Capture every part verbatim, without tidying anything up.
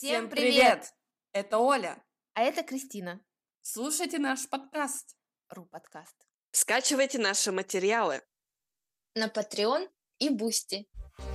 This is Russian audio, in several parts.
Всем привет! Это Оля. А это Кристина. Слушайте наш подкаст. Ру подкаст. Скачивайте наши материалы На Patreon и Бусти.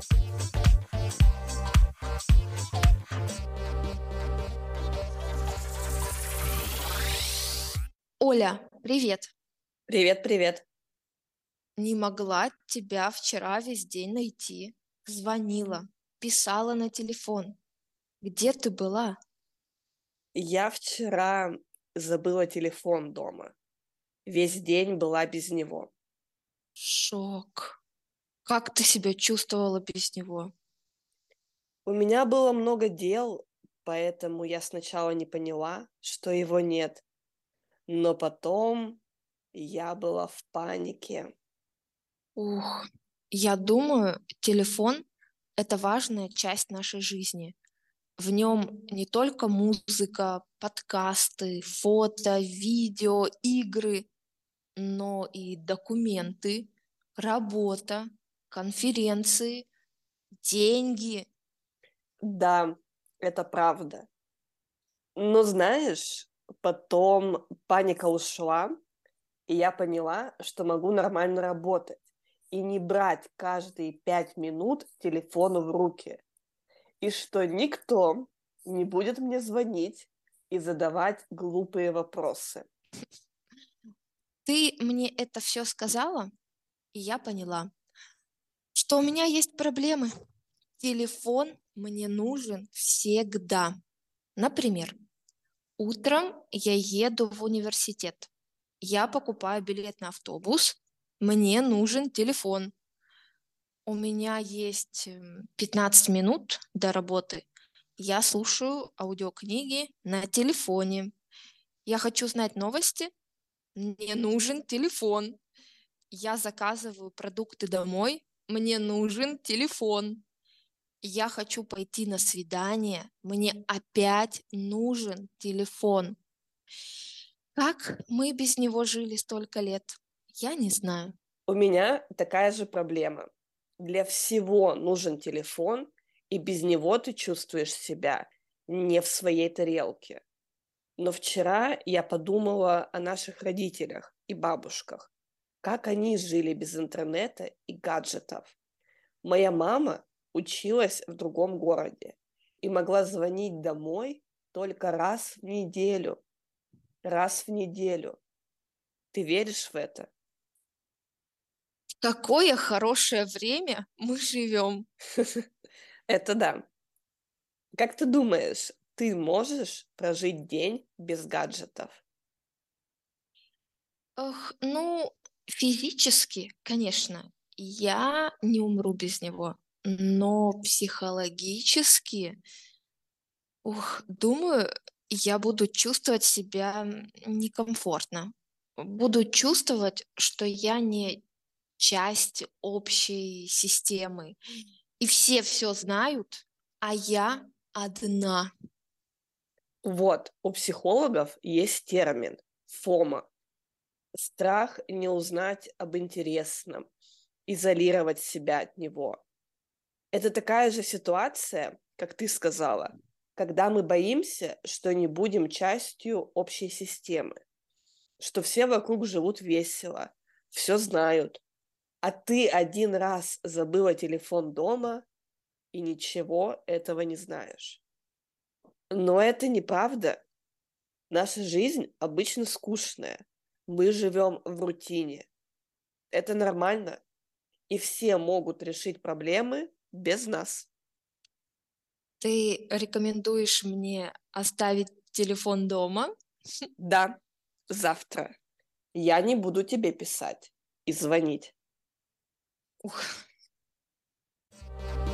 Оля, привет. Привет-привет. Не могла тебя вчера весь день найти. Звонила, писала на телефон. Где ты была? Я вчера забыла телефон дома. Весь день была без него. Шок. Как ты себя чувствовала без него? У меня было много дел, поэтому я сначала не поняла, что его нет. Но потом я была в панике. Ух, я думаю, телефон– это важная часть нашей жизни. В нем не только музыка, подкасты, фото, видео, игры, но и документы, работа, конференции, деньги. Да, это правда. Но знаешь, потом паника ушла, и я поняла, что могу нормально работать и не брать каждые пять минут телефон в руки. И что никто не будет мне звонить и задавать глупые вопросы. Ты мне это все сказала, и я поняла, что у меня есть проблемы. Телефон мне нужен всегда. Например, утром я еду в университет. Я покупаю билет на автобус. Мне нужен телефон. У меня есть эм, пятнадцать минут до работы. Я слушаю аудиокниги на телефоне. Я хочу знать новости. Мне нужен телефон. Я заказываю продукты домой. Мне нужен телефон. Я хочу пойти на свидание. Мне опять нужен телефон. Как мы без него жили столько лет? Я не знаю. У меня такая же проблема. Для всего нужен телефон, и без него ты чувствуешь себя не в своей тарелке. Но вчера я подумала о наших родителях и бабушках, как они жили без интернета и гаджетов. Моя мама училась в другом городе и могла звонить домой только раз в неделю. Раз в неделю. Ты веришь в это? В какое хорошее время мы живем. Это да. Как ты думаешь, ты можешь прожить день без гаджетов? Ох, ну, физически, конечно, я не умру без него, но психологически, ух, думаю, я буду чувствовать себя м, некомфортно. Буду чувствовать, что я не часть общей системы. И все все знают, а я одна. Вот, у психологов есть термин фома. Страх не узнать об интересном, изолировать себя от него. Это такая же ситуация, как ты сказала, когда мы боимся, что не будем частью общей системы, что все вокруг живут весело, все знают, а ты один раз забыла телефон дома и ничего этого не знаешь. Но это неправда. Наша жизнь обычно скучная. Мы живем в рутине. Это нормально. И все могут решить проблемы без нас. Ты рекомендуешь мне оставить телефон дома? Да, завтра я не буду тебе писать и звонить. Ух,